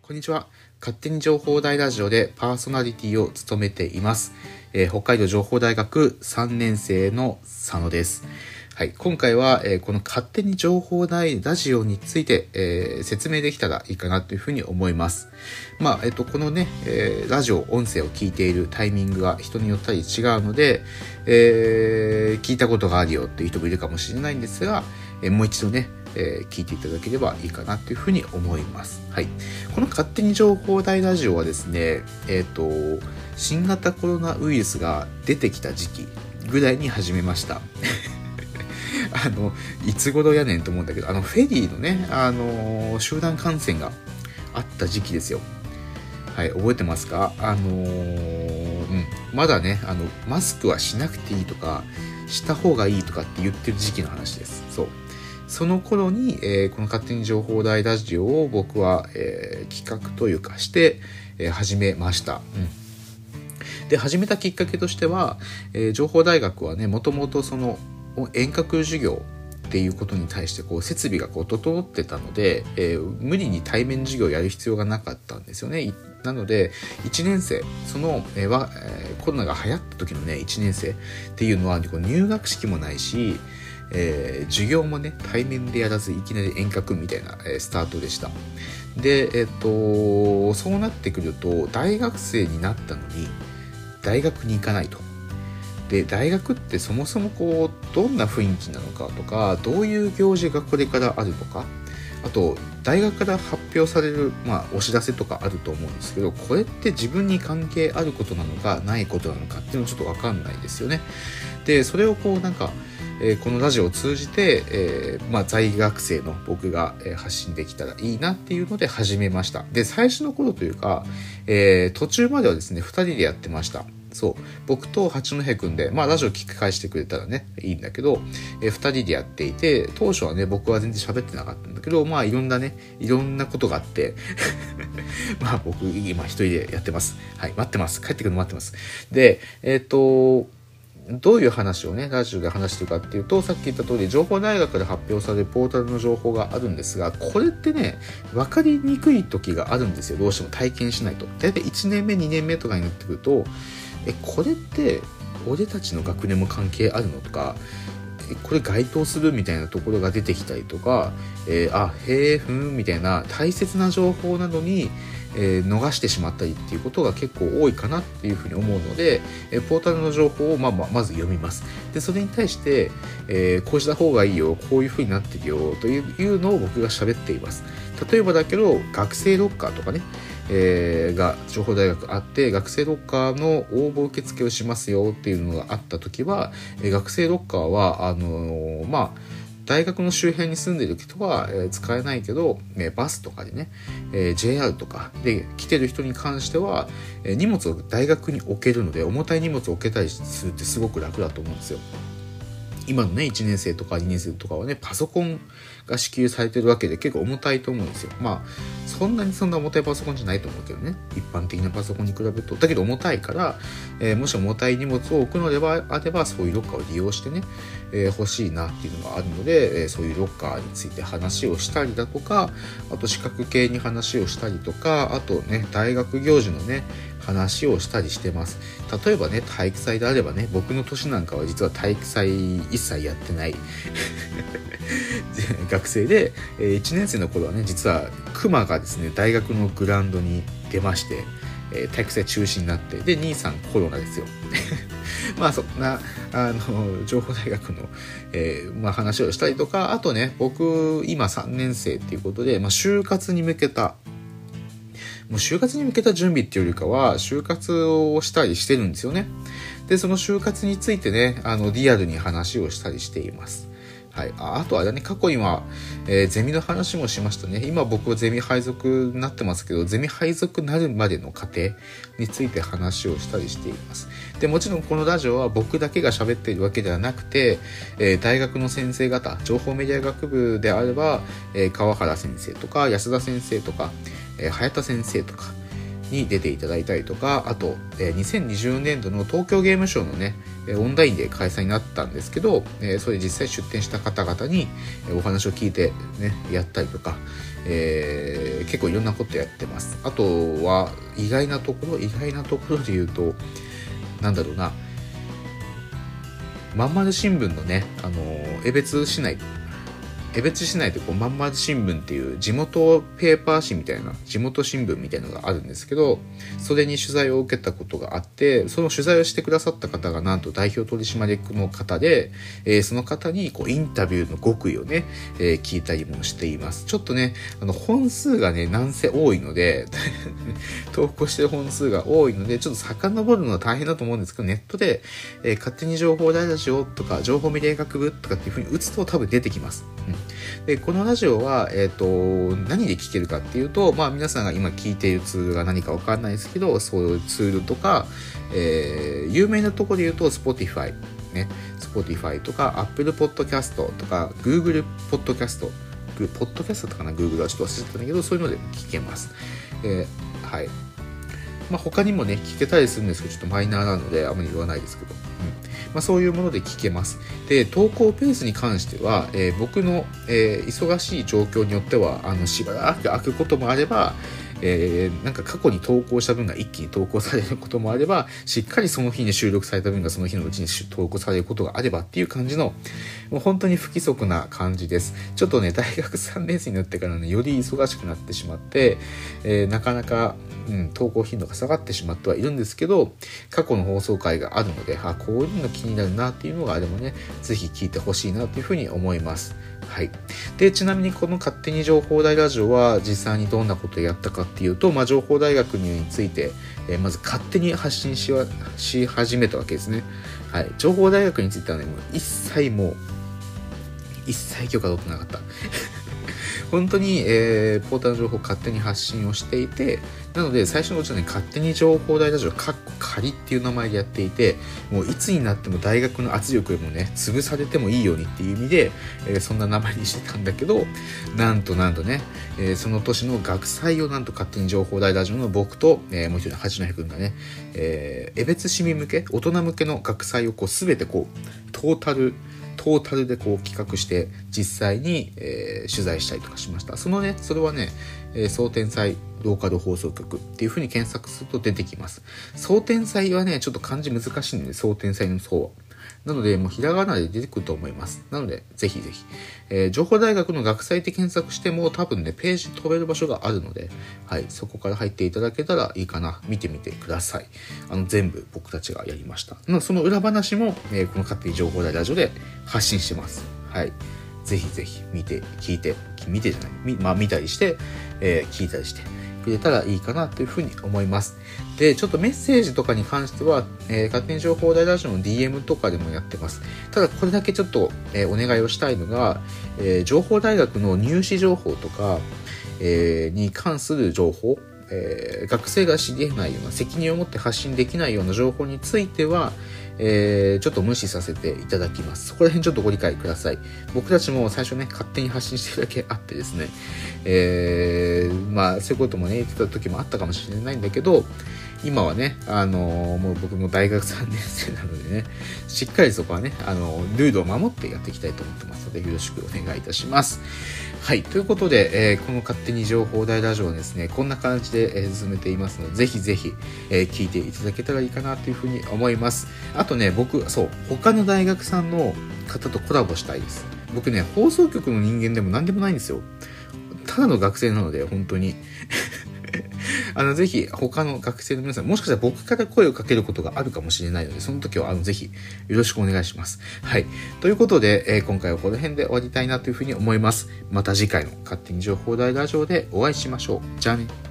こんにちは。勝手に情報大ラジオでパーソナリティを務めています。北海道情報大学3年生の佐野です。はい、今回は、この勝手に情報大ラジオについて、説明できたらいいかなというふうに思います。このね、ラジオ音声を聞いているタイミングが人によったり違うので、聞いたことがあるよっていう人もいるかもしれないんですが、もう一度ね、聞いていただければいいかなというふうに思います。はい。この勝手に情報大ラジオはですね、新型コロナウイルスが出てきた時期ぐらいに始めました。いつ頃やねんと思うんだけど、フェリーのね、集団感染があった時期ですよ。はい、覚えてますか？まだね、マスクはしなくていいとか、した方がいいとかって言ってる時期の話です。そう。その頃に、この勝手に情報大ラジオを僕は、企画というかして、始めました。で、始めたきっかけとしては、情報大学はね、もともとその遠隔授業っていうことに対して設備が整ってたので、無理に対面授業をやる必要がなかったんですよね。なので1年生その、コロナが流行った時のね1年生っていうのは入学式もないし、授業もね対面でやらずいきなり遠隔みたいな、スタートでした。で、そうなってくると大学生になったのに大学に行かないと。で、大学ってそもそもどんな雰囲気なのかとか、どういう行事がこれからあるのか、あと大学から発表される、お知らせとかあると思うんですけど、これって自分に関係あることなのかないことなのかっていうのはちょっと分かんないですよね。で、それをこのラジオを通じて、在学生の僕が発信できたらいいなっていうので始めました。で、最初の頃というか、途中まではですね2人でやってました。そう、僕と八戸くんで、ラジオ聞き返してくれたらねいいんだけど、2人でやっていて、当初はね僕は全然喋ってなかったんだけど、いろんなことがあって僕今一人でやってます。はい、待ってます。帰ってくるの待ってます。で、どういう話をねラジオで話してるかっていうと、さっき言った通り情報大学で発表されるポータルの情報があるんですが、これってね分かりにくい時があるんですよ。どうしても体験しないと。だいたい1年目2年目とかになってくると、これって俺たちの学年も関係あるのとか、これ該当するみたいなところが出てきたりとか、へえふんみたいな大切な情報などに、逃してしまったりっていうことが結構多いかなっていうふうに思うので、ポータルの情報をまず読みます。で、それに対して、こうした方がいいよ、こういうふうになってるよというのを僕が喋っています。例えばだけど学生ロッカーとかね、が情報大学あって、学生ロッカーの応募受付をしますよっていうのがあった時は、学生ロッカーは大学の周辺に住んでいる人は、使えないけど、バスとかでね、JR とかで来てる人に関しては、荷物を大学に置けるので、重たい荷物を置けたりするってすごく楽だと思うんですよ。今のね1年生とか2年生とかはねパソコンが支給されてるわけで結構重たいと思うんですよ。そんな重たいパソコンじゃないと思うけどね、一般的なパソコンに比べると。だけど重たいから、もし重たい荷物を置くのであればそういうロッカーを利用してね、欲しいなっていうのがあるので、そういうロッカーについて話をしたりだとか、あと資格系に話をしたりとか、あとね大学行事のね話をしたりしてます。例えばね体育祭であればね、僕の年なんかは実は体育祭一切やってない学生で、1年生の頃はね実はクマがですね大学のグラウンドに出まして、体育祭中止になって、で兄さんコロナですよそんな情報大学の、話をしたりとか、あとね僕今3年生っていうことで、就活に向けた準備っていうよりかは就活をしたりしてるんですよね。で、その就活についてねリアルに話をしたりしています。はい、あとはね過去には、ゼミの話もしましたね。今僕はゼミ配属になってますけど、ゼミ配属になるまでの過程について話をしたりしています。で、もちろんこのラジオは僕だけが喋っているわけではなくて、大学の先生方、情報メディア学部であれば、川原先生とか安田先生とか、早田先生とかに出ていただいたりとか、あと、2020年度の東京ゲームショウのね、 オンラインで開催になったんですけど、それで実際出展した方々にお話を聞いてね、やったりとか、結構いろんなことやってます。あとは意外なところで言うと、なんだろうな、まんまる新聞のね、江別市内でまんまる新聞っていう地元ペーパー紙みたいな、地元新聞みたいなのがあるんですけど、それに取材を受けたことがあって、その取材をしてくださった方がなんと代表取締役の方で、その方にインタビューの極意をね、聞いたりもしています。ちょっとね、本数がね、なんせ多いので投稿してる本数が多いので、ちょっと遡るのは大変だと思うんですけど、ネットで、勝手に情報大ラジオとか情報メディア学部とかっていう風に打つと多分出てきます。でこのラジオは、何で聞けるかっていうと、皆さんが今聞いているツールが何か分かんないですけど、そういうツールとか、有名なところで言うと Spotify とか Apple Podcast とか Google Podcast ポッドキャストだったかな、 Google はちょっと忘れてたんだけど、そういうので聞けます。はい。他にもね聞けたりするんですけど、ちょっとマイナーなのであまり言わないですけど、そういうもので聞けます。で、投稿ペースに関しては、僕の、忙しい状況によってはしばらく空くこともあれば、なんか過去に投稿した分が一気に投稿されることもあれば、しっかりその日に収録された分がその日のうちに投稿されることがあればっていう感じの、もう本当に不規則な感じです。ちょっとね、大学3年生になってからね、より忙しくなってしまって、なかなか投稿頻度が下がってしまってはいるんですけど、過去の放送回があるので、こういうの気になるなっていうのがあればね、ぜひ聞いてほしいなというふうに思います。はい。で、ちなみにこの勝手に情報大ラジオは実際にどんなことをやったかっていうと、情報大学について、まず勝手に発信し始めたわけですね。はい。情報大学についてはね、もう一切許可取ってなかった。本当に、ポータル情報を勝手に発信をしていて、なので最初のうちはね、勝手に情報大ラジオ仮っていう名前でやっていて、もういつになっても大学の圧力でもね潰されてもいいようにっていう意味で、そんな名前にしてたんだけど、なんとね、その年の学祭をなんと勝手に情報大ラジオの僕と、もう一人八戸くんがね、江別市民向け、大人向けの学祭を全てトータルで企画して実際に、取材したりとかしました。それはね、総天祭ローカル放送局っていう風に検索すると出てきます。総天祭はねちょっと漢字難しいので、総天祭の総はなのでもうひらがなで出てくると思います。なのでぜひぜひ、情報大学の学祭って検索しても多分ねページ飛べる場所があるので、はい、そこから入っていただけたらいいかな。見てみてください。全部僕たちがやりました。その裏話も、この勝手に情報大ラジオで発信してます。はい、ぜひぜひ見たりして、聞いたりしてくれたらいいかなというふうに思います。で、ちょっとメッセージとかに関しては、勝手に情報大ラジオの DM とかでもやってます。ただこれだけちょっと、お願いをしたいのが、情報大学の入試情報とか、に関する情報、学生が知り得ないような、責任を持って発信できないような情報については、ちょっと無視させていただきます。そこら辺ちょっとご理解ください。僕たちも最初ね勝手に発信してるだけあってですね、そういうこともね言ってた時もあったかもしれないんだけど、今はねもう僕も大学3年生なのでね、しっかりそこはねルールを守ってやっていきたいと思ってますので、よろしくお願いいたします。はい、ということで、この勝手に情報大ラジオはですねこんな感じで、進めていますので、ぜひぜひ、聞いていただけたらいいかなというふうに思います。あとね、他の大学さんの方とコラボしたいです。僕ね放送局の人間でも何でもないんですよ。ただの学生なので本当にぜひ他の学生の皆さん、もしかしたら僕から声をかけることがあるかもしれないので、その時はぜひよろしくお願いします。はい。ということで、今回はこの辺で終わりたいなというふうに思います。また次回の勝手に情報大ラジオでお会いしましょう。じゃあね。